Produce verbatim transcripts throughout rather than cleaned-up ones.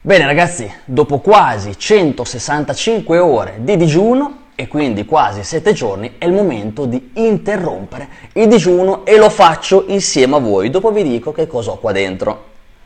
Bene ragazzi, dopo quasi centosessantacinque ore di digiuno e quindi quasi sette giorni è il momento di interrompere il digiuno e lo faccio insieme a voi. Dopo vi dico che cosa ho qua dentro.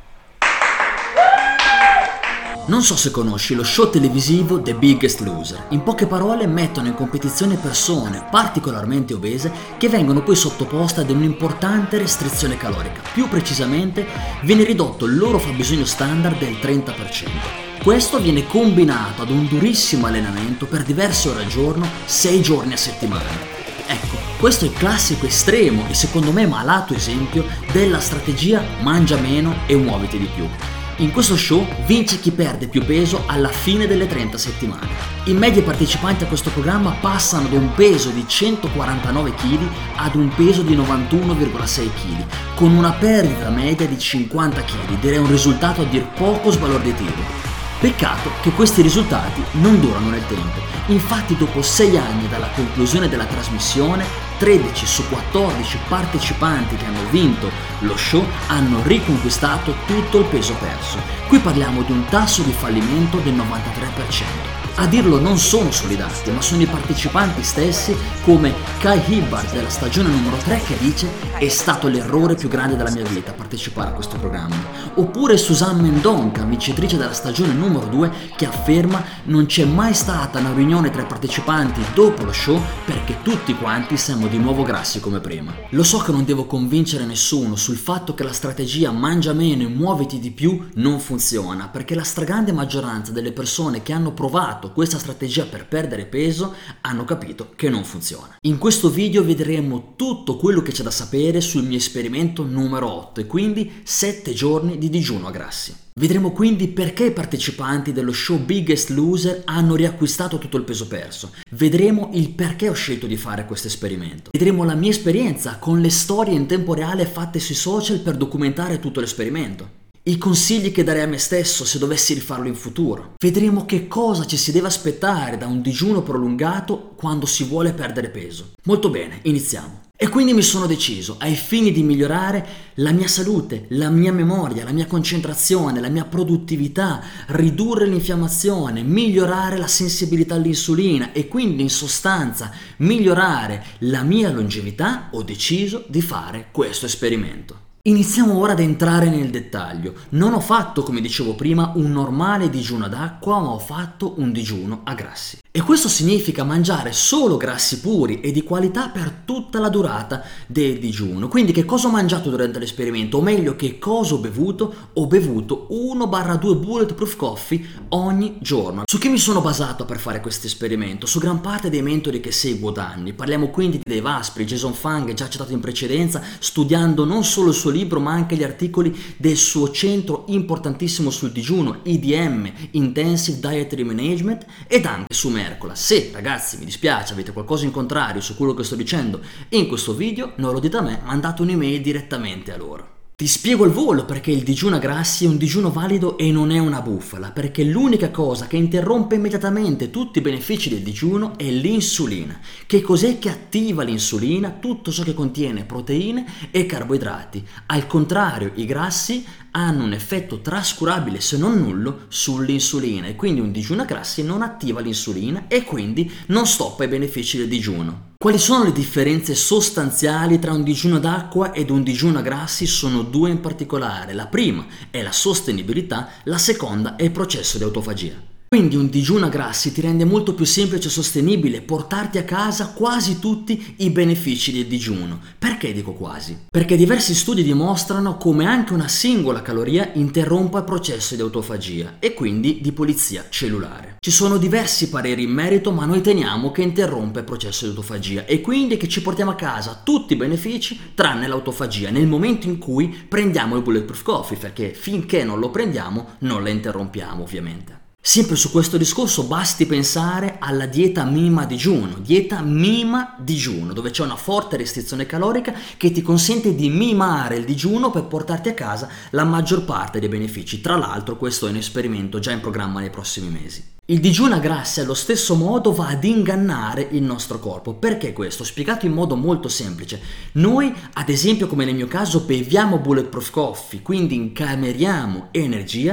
Non so se conosci lo show televisivo The Biggest Loser. In poche parole mettono in competizione persone particolarmente obese che vengono poi sottoposte ad un'importante restrizione calorica. Più precisamente viene ridotto il loro fabbisogno standard del trenta per cento. Questo viene combinato ad un durissimo allenamento per diverse ore al giorno, sei giorni a settimana. Ecco, questo è il classico estremo e secondo me malato esempio della strategia mangia meno e muoviti di più. In questo show vince chi perde più peso alla fine delle trenta settimane. In media i partecipanti a questo programma passano da un peso di centoquarantanove chili ad un peso di novantuno virgola sei chili, con una perdita media di cinquanta chili, direi un risultato a dir poco sbalorditivo. Peccato che questi risultati non durano nel tempo. Infatti dopo sei anni dalla conclusione della trasmissione, tredici su quattordici partecipanti che hanno vinto lo show hanno riconquistato tutto il peso perso. Qui parliamo di un tasso di fallimento del novantatré per cento. A dirlo non sono solo i dati, ma sono i partecipanti stessi, come Kai Hibbard della stagione numero tre che dice è stato l'errore più grande della mia vita partecipare a questo programma, oppure Suzanne Mendonca, vincitrice della stagione numero due, che afferma non c'è mai stata una riunione tra i partecipanti dopo lo show perché tutti quanti siamo di nuovo grassi come prima. Lo so che non devo convincere nessuno sul fatto che la strategia mangia meno e muoviti di più non funziona, perché la stragrande maggioranza delle persone che hanno provato questa strategia per perdere peso hanno capito che non funziona. In questo video vedremo tutto quello che c'è da sapere sul mio esperimento numero otto e quindi sette giorni di digiuno a grassi. Vedremo quindi perché i partecipanti dello show Biggest Loser hanno riacquistato tutto il peso perso. Vedremo il perché ho scelto di fare questo esperimento. Vedremo la mia esperienza con le storie in tempo reale fatte sui social per documentare tutto l'esperimento. I consigli che darei a me stesso se dovessi rifarlo in futuro. Vedremo che cosa ci si deve aspettare da un digiuno prolungato quando si vuole perdere peso. Molto bene, iniziamo. E quindi mi sono deciso, ai fini di migliorare la mia salute, la mia memoria, la mia concentrazione, la mia produttività, ridurre l'infiammazione, migliorare la sensibilità all'insulina e quindi in sostanza migliorare la mia longevità, ho deciso di fare questo esperimento. Iniziamo ora ad entrare nel dettaglio. Non ho fatto, come dicevo prima, un normale digiuno d'acqua, ma ho fatto un digiuno a grassi. E questo significa mangiare solo grassi puri e di qualità per tutta la durata del digiuno. Quindi che cosa ho mangiato durante l'esperimento? O meglio, che cosa ho bevuto? Ho bevuto uno due Bulletproof Coffee ogni giorno. Su chi mi sono basato per fare questo esperimento? Su gran parte dei mentori che seguo da anni. Parliamo quindi di Dave Asprey, Jason Fung, già citato in precedenza, studiando non solo il suo libro ma anche gli articoli del suo centro importantissimo sul digiuno, I D M, Intensive Dietary Management, ed anche su Mercola. Se ragazzi mi dispiace, avete qualcosa in contrario su quello che sto dicendo in questo video, non lo dite a me, mandate un'email direttamente a loro. Ti spiego al volo perché il digiuno a grassi è un digiuno valido e non è una bufala, perché l'unica cosa che interrompe immediatamente tutti i benefici del digiuno è l'insulina. Che cos'è che attiva l'insulina? Tutto ciò che contiene proteine e carboidrati. Al contrario, i grassi hanno un effetto trascurabile se non nullo sull'insulina e quindi un digiuno a grassi non attiva l'insulina e quindi non stoppa i benefici del digiuno. Quali sono le differenze sostanziali tra un digiuno d'acqua ed un digiuno a grassi? Sono due in particolare. La prima è la sostenibilità, la seconda è il processo di autofagia. Quindi un digiuno a grassi ti rende molto più semplice e sostenibile portarti a casa quasi tutti i benefici del digiuno. Perché dico quasi? Perché diversi studi dimostrano come anche una singola caloria interrompa il processo di autofagia e quindi di pulizia cellulare. Ci sono diversi pareri in merito, ma noi teniamo che interrompe il processo di autofagia e quindi che ci portiamo a casa tutti i benefici tranne l'autofagia nel momento in cui prendiamo il Bulletproof Coffee, perché finché non lo prendiamo non la interrompiamo ovviamente. Sempre su questo discorso basti pensare alla dieta minima digiuno, dieta minima digiuno, dove c'è una forte restrizione calorica che ti consente di mimare il digiuno per portarti a casa la maggior parte dei benefici. Tra l'altro questo è un esperimento già in programma nei prossimi mesi. Il digiuno a grassi allo stesso modo va ad ingannare il nostro corpo. Perché questo? Spiegato in modo molto semplice. Noi, ad esempio come nel mio caso, beviamo Bulletproof Coffee, quindi incameriamo energia,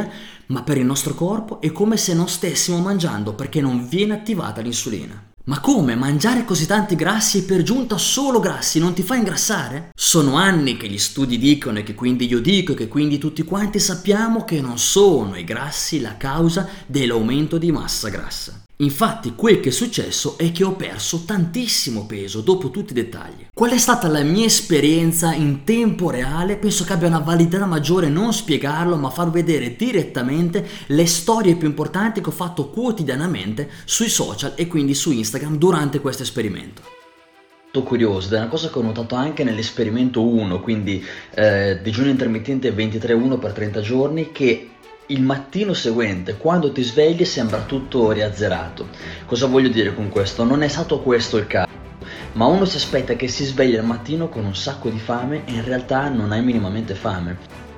ma per il nostro corpo è come se non stessimo mangiando perché non viene attivata l'insulina. Ma come? Mangiare così tanti grassi e per giunta solo grassi non ti fa ingrassare? Sono anni che gli studi dicono e che quindi io dico e che quindi tutti quanti sappiamo che non sono i grassi la causa dell'aumento di massa grassa. Infatti quel che è successo è che ho perso tantissimo peso dopo tutti i dettagli. Qual è stata la mia esperienza in tempo reale? Penso che abbia una validità maggiore non spiegarlo, ma far vedere direttamente le storie più importanti che ho fatto quotidianamente sui social e quindi su Instagram durante questo esperimento. Molto curioso, ed è una cosa che ho notato anche nell'esperimento uno, quindi eh, digiuno intermittente ventitré uno per trenta giorni, che il mattino seguente, quando ti svegli, sembra tutto riazzerato. Cosa voglio dire con questo? Non è stato questo il caso, ma uno si aspetta che si svegli al mattino con un sacco di fame e in realtà non hai minimamente fame.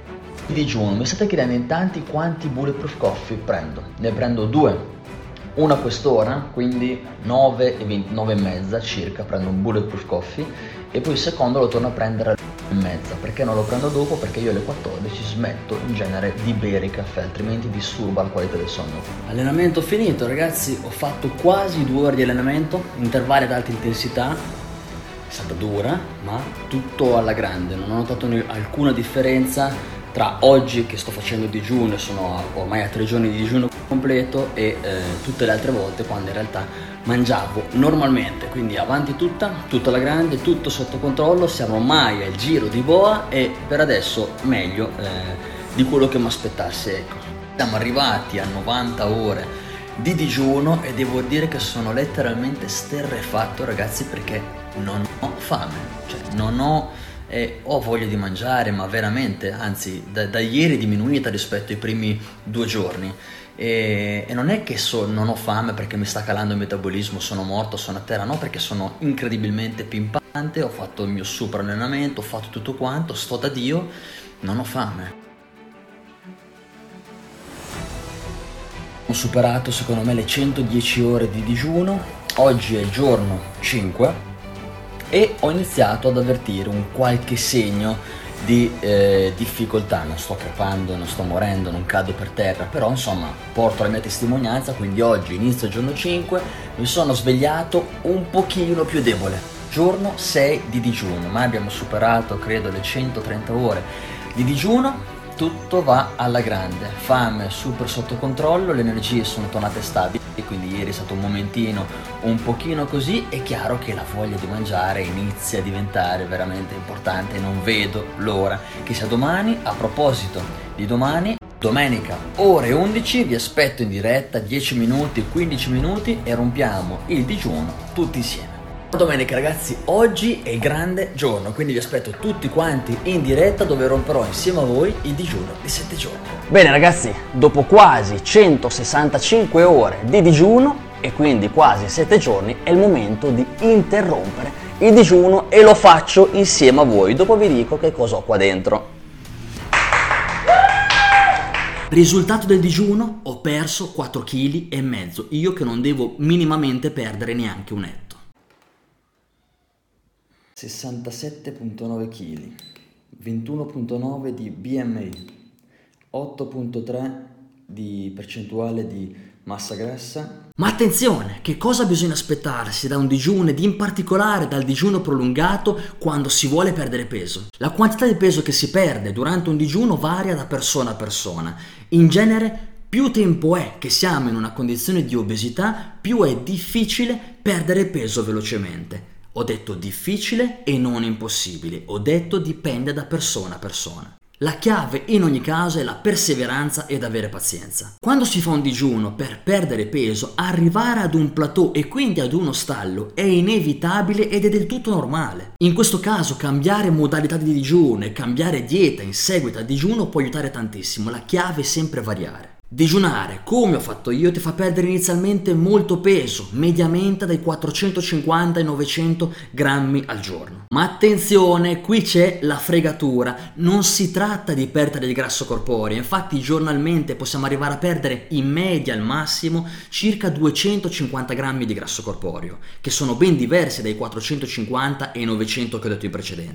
Di digiuno, mi state chiedendo in tanti quanti Bulletproof Coffee prendo. Ne prendo due, una a quest'ora, quindi nove e venti, nove e mezza circa, prendo un Bulletproof Coffee, e poi il secondo lo torno a prendere alle e mezza. Perché non lo prendo dopo? Perché io alle quattordici smetto in genere di bere il caffè, altrimenti disturba la qualità del sonno. Allenamento finito, ragazzi, ho fatto quasi due ore di allenamento, intervalli ad alta intensità, è stata dura, ma tutto alla grande, non ho notato alcuna differenza tra oggi che sto facendo digiuno, sono ormai a tre giorni di digiuno completo, e eh, tutte le altre volte quando in realtà mangiavo normalmente. Quindi avanti tutta, tutta alla grande, tutto sotto controllo, siamo ormai al giro di boa e per adesso meglio eh, di quello che mi aspettassi, ecco. Siamo arrivati a novanta ore di digiuno e devo dire che sono letteralmente sterrefatto, ragazzi, perché non ho fame, cioè non ho E ho voglia di mangiare, ma veramente, anzi da, da ieri è diminuita rispetto ai primi due giorni, e, e non è che so, non ho fame perché mi sta calando il metabolismo, sono morto, sono a terra, no, perché sono incredibilmente pimpante, ho fatto il mio super allenamento, ho fatto tutto quanto, sto da Dio, non ho fame. Ho superato secondo me le centodieci ore di digiuno, oggi è il giorno cinque, e ho iniziato ad avvertire un qualche segno di eh, difficoltà. Non sto crepando, non sto morendo, non cado per terra, però insomma porto la mia testimonianza. Quindi oggi inizio il giorno cinque, mi sono svegliato un pochino più debole, giorno sei di digiuno, ma abbiamo superato credo le centotrenta ore di digiuno. Tutto va alla grande, fame super sotto controllo, le energie sono tornate stabili, quindi ieri è stato un momentino un pochino così. È chiaro che la voglia di mangiare inizia a diventare veramente importante e non vedo l'ora che sia domani. A proposito di domani, domenica ore undici, vi aspetto in diretta dieci minuti, quindici minuti e rompiamo il digiuno tutti insieme. Domenica, ragazzi, oggi è il grande giorno, quindi vi aspetto tutti quanti in diretta, dove romperò insieme a voi il digiuno di sette giorni. Bene ragazzi, dopo quasi centosessantacinque ore di digiuno e quindi quasi sette giorni, è il momento di interrompere il digiuno e lo faccio insieme a voi. Dopo vi dico che cosa ho qua dentro. Risultato del digiuno: ho perso quattro chili e mezzo, io che non devo minimamente perdere neanche un etto. sessantasette virgola nove chili, ventuno virgola nove di B M I, otto virgola tre di percentuale di massa grassa. Ma attenzione, che cosa bisogna aspettarsi da un digiuno ed in particolare dal digiuno prolungato quando si vuole perdere peso? La quantità di peso che si perde durante un digiuno varia da persona a persona. In genere, più tempo è che siamo in una condizione di obesità, più è difficile perdere peso velocemente. Ho detto difficile e non impossibile, ho detto dipende da persona a persona. La chiave in ogni caso è la perseveranza ed avere pazienza. Quando si fa un digiuno per perdere peso, arrivare ad un plateau e quindi ad uno stallo è inevitabile ed è del tutto normale. In questo caso cambiare modalità di digiuno e cambiare dieta in seguito al digiuno può aiutare tantissimo, la chiave è sempre variare. Digiunare, come ho fatto io, ti fa perdere inizialmente molto peso, mediamente dai quattrocentocinquanta ai novecento grammi al giorno. Ma attenzione, qui c'è la fregatura, non si tratta di perdere di grasso corporeo, infatti giornalmente possiamo arrivare a perdere in media al massimo circa duecentocinquanta grammi di grasso corporeo, che sono ben diversi dai quattrocentocinquanta e i novecento che ho detto in precedenza.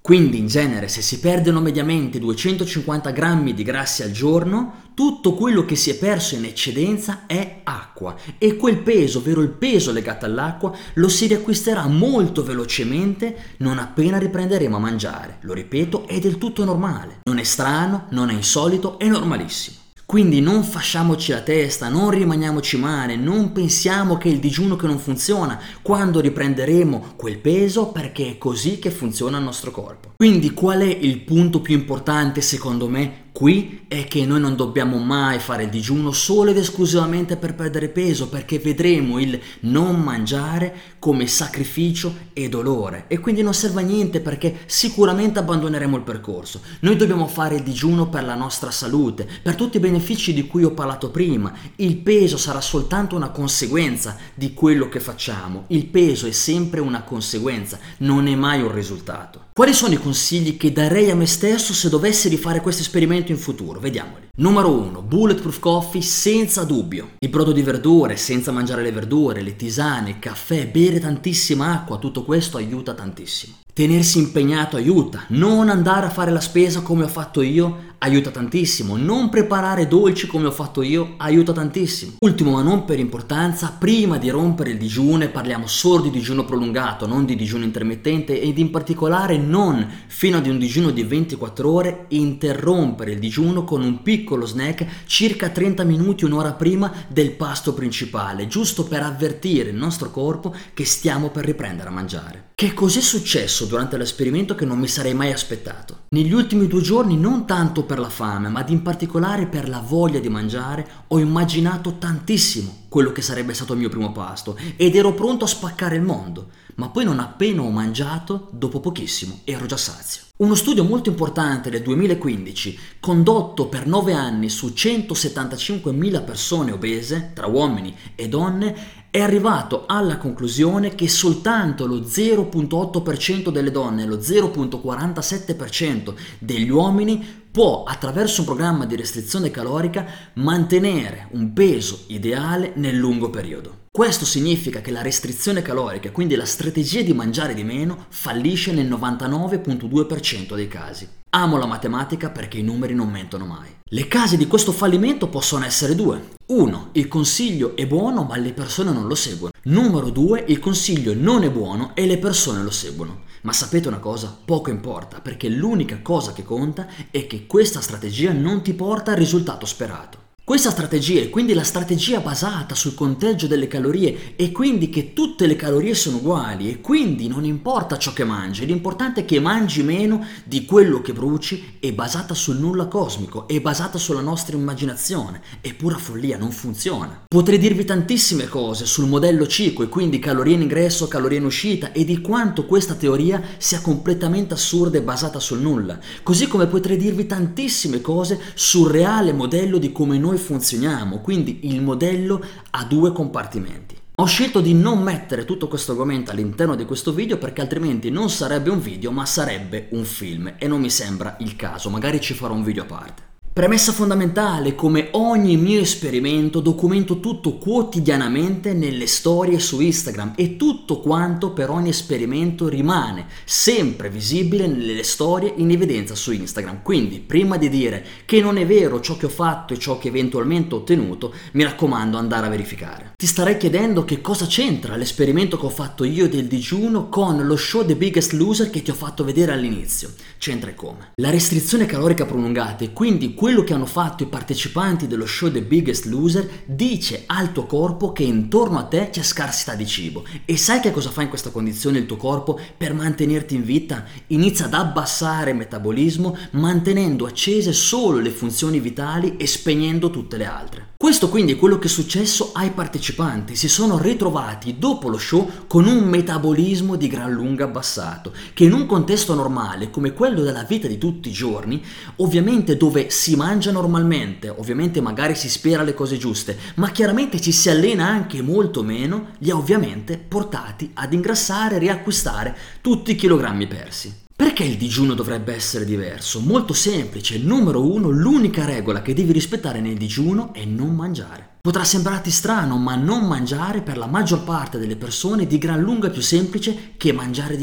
Quindi in genere se si perdono mediamente duecentocinquanta grammi di grassi al giorno, tutto quello che si è perso in eccedenza è acqua e quel peso, ovvero il peso legato all'acqua, lo si riacquisterà molto velocemente non appena riprenderemo a mangiare. Lo ripeto, è del tutto normale, non è strano, non è insolito, è normalissimo. Quindi non fasciamoci la testa, non rimaniamoci male, non pensiamo che è il digiuno che non funziona quando riprenderemo quel peso, perché è così che funziona il nostro corpo. Quindi qual è il punto più importante secondo me? Qui è che noi non dobbiamo mai fare il digiuno solo ed esclusivamente per perdere peso, perché vedremo il non mangiare come sacrificio e dolore e quindi non serve a niente, perché sicuramente abbandoneremo il percorso. Noi dobbiamo fare il digiuno per la nostra salute, per tutti i benefici di cui ho parlato prima. Il peso sarà soltanto una conseguenza di quello che facciamo. Il peso è sempre una conseguenza, non è mai un risultato. Quali sono i consigli che darei a me stesso se dovessi rifare questo esperimento in futuro? Vediamoli. Numero uno. Bulletproof Coffee senza dubbio. Il brodo di verdure, senza mangiare le verdure, le tisane, il caffè, bere tantissima acqua, tutto questo aiuta tantissimo. Tenersi impegnato aiuta, non andare a fare la spesa come ho fatto io aiuta tantissimo, non preparare dolci come ho fatto io aiuta tantissimo. Ultimo ma non per importanza, prima di rompere il digiuno, parliamo solo di digiuno prolungato, non di digiuno intermittente ed in particolare non fino ad un digiuno di ventiquattro ore, interrompere il digiuno con un piccolo snack circa trenta minuti, un'ora prima del pasto principale, giusto per avvertire il nostro corpo che stiamo per riprendere a mangiare. Che cos'è successo durante l'esperimento che non mi sarei mai aspettato? Negli ultimi due giorni, non tanto per la fame, ma in particolare per la voglia di mangiare, ho immaginato tantissimo quello che sarebbe stato il mio primo pasto ed ero pronto a spaccare il mondo, ma poi non appena ho mangiato, dopo pochissimo, ero già sazio. Uno studio molto importante del duemilaquindici, condotto per nove anni su centosettantacinquemila persone obese, tra uomini e donne, è arrivato alla conclusione che soltanto lo zero virgola otto per cento delle donne e lo zero virgola quarantasette per cento degli uomini può, attraverso un programma di restrizione calorica, mantenere un peso ideale nel lungo periodo. Questo significa che la restrizione calorica, quindi la strategia di mangiare di meno, fallisce nel novantanove virgola due per cento dei casi. Amo la matematica perché i numeri non mentono mai. Le cause di questo fallimento possono essere due. uno. Il consiglio è buono ma le persone non lo seguono. Numero due. Il consiglio non è buono e le persone lo seguono. Ma sapete una cosa? Poco importa, perché l'unica cosa che conta è che questa strategia non ti porta al risultato sperato. Questa strategia è quindi la strategia basata sul conteggio delle calorie e quindi che tutte le calorie sono uguali e quindi non importa ciò che mangi, l'importante è che mangi meno di quello che bruci, è basata sul nulla cosmico, è basata sulla nostra immaginazione, è pura follia, non funziona. Potrei dirvi tantissime cose sul modello ciclo e quindi calorie in ingresso, calorie in uscita e di quanto questa teoria sia completamente assurda e basata sul nulla, così come potrei dirvi tantissime cose sul reale modello di come noi funzioniamo, quindi il modello ha due compartimenti. Ho scelto di non mettere tutto questo argomento all'interno di questo video perché altrimenti non sarebbe un video ma sarebbe un film e non mi sembra il caso, magari ci farò un video a parte. Premessa fondamentale: come ogni mio esperimento documento tutto quotidianamente nelle storie su Instagram e tutto quanto per ogni esperimento rimane sempre visibile nelle storie in evidenza su Instagram. Quindi prima di dire che non è vero ciò che ho fatto e ciò che eventualmente ho ottenuto, mi raccomando andare a verificare. Ti starei chiedendo che cosa c'entra l'esperimento che ho fatto io del digiuno con lo show The Biggest Loser che ti ho fatto vedere all'inizio. C'entra e come? La restrizione calorica prolungata e quindi quello che hanno fatto i partecipanti dello show The Biggest Loser dice al tuo corpo che intorno a te c'è scarsità di cibo. E sai che cosa fa in questa condizione il tuo corpo per mantenerti in vita? Inizia ad abbassare il metabolismo mantenendo accese solo le funzioni vitali e spegnendo tutte le altre. Questo quindi è quello che è successo ai partecipanti, si sono ritrovati dopo lo show con un metabolismo di gran lunga abbassato, che in un contesto normale come quello della vita di tutti i giorni, ovviamente dove si mangia normalmente, ovviamente magari si spera le cose giuste, ma chiaramente ci si allena anche molto meno, li ha ovviamente portati ad ingrassare e riacquistare tutti i chilogrammi persi. Perché il digiuno dovrebbe essere diverso? Molto semplice. Numero uno, l'unica regola che devi rispettare nel digiuno è non mangiare. Potrà sembrarti strano, ma non mangiare per la maggior parte delle persone è di gran lunga più semplice che mangiare di meno.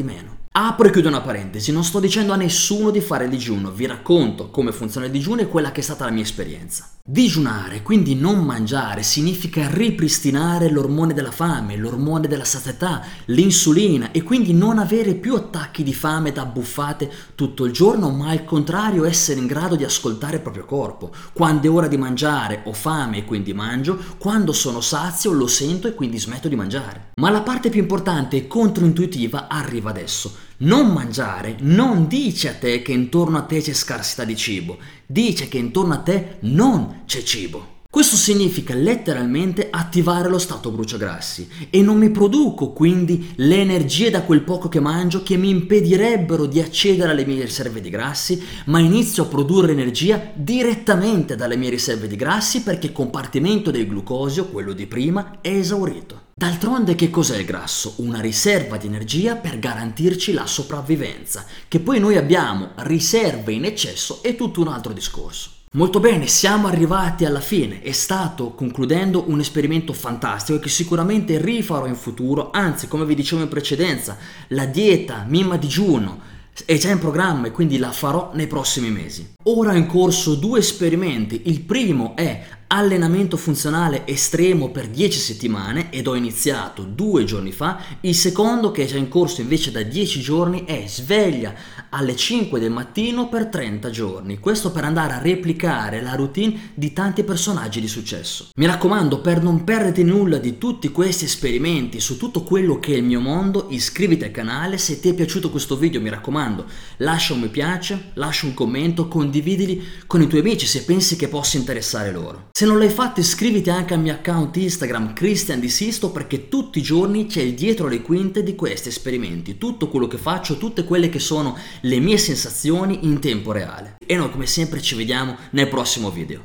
Apro e chiudo una parentesi, non sto dicendo a nessuno di fare il digiuno, vi racconto come funziona il digiuno e quella che è stata la mia esperienza. Digiunare, quindi non mangiare, significa ripristinare l'ormone della fame, l'ormone della sazietà, l'insulina e quindi non avere più attacchi di fame da buffate tutto il giorno, ma al contrario essere in grado di ascoltare il proprio corpo. Quando è ora di mangiare ho fame e quindi mangio, quando sono sazio lo sento e quindi smetto di mangiare. Ma la parte più importante e controintuitiva arriva adesso. Non mangiare non dice a te che intorno a te c'è scarsità di cibo, dice che intorno a te non c'è cibo. Questo significa letteralmente attivare lo stato bruciagrassi e non mi produco quindi le energie da quel poco che mangio che mi impedirebbero di accedere alle mie riserve di grassi, ma inizio a produrre energia direttamente dalle mie riserve di grassi perché il compartimento del glucosio, quello di prima, è esaurito. D'altronde che cos'è il grasso? Una riserva di energia per garantirci la sopravvivenza, che poi noi abbiamo riserve in eccesso è tutto un altro discorso. Molto bene, siamo arrivati alla fine, è stato concludendo un esperimento fantastico che sicuramente rifarò in futuro, anzi come vi dicevo in precedenza, la dieta Mimma digiuno è già in programma e quindi la farò nei prossimi mesi. Ora ho in corso due esperimenti, il primo è allenamento funzionale estremo per dieci settimane ed ho iniziato due giorni fa, il secondo che è già in corso invece da dieci giorni è sveglia alle cinque del mattino per trenta giorni, questo per andare a replicare la routine di tanti personaggi di successo. Mi raccomando, per non perdere nulla di tutti questi esperimenti su tutto quello che è il mio mondo, iscriviti al canale, se ti è piaciuto questo video mi raccomando lascia un mi piace, lascia un commento, condividili con i tuoi amici se pensi che possa interessare loro. Se non l'hai fatto iscriviti anche al mio account Instagram Cristian Di Sisto perché tutti i giorni c'è il dietro le quinte di questi esperimenti, tutto quello che faccio, tutte quelle che sono le mie sensazioni in tempo reale. E noi come sempre ci vediamo nel prossimo video.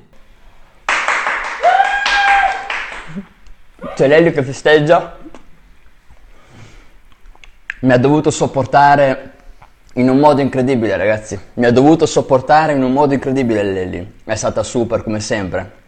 C'è Lelio che festeggia, mi ha dovuto sopportare in un modo incredibile ragazzi, mi ha dovuto sopportare in un modo incredibile Lelio, è stata super come sempre.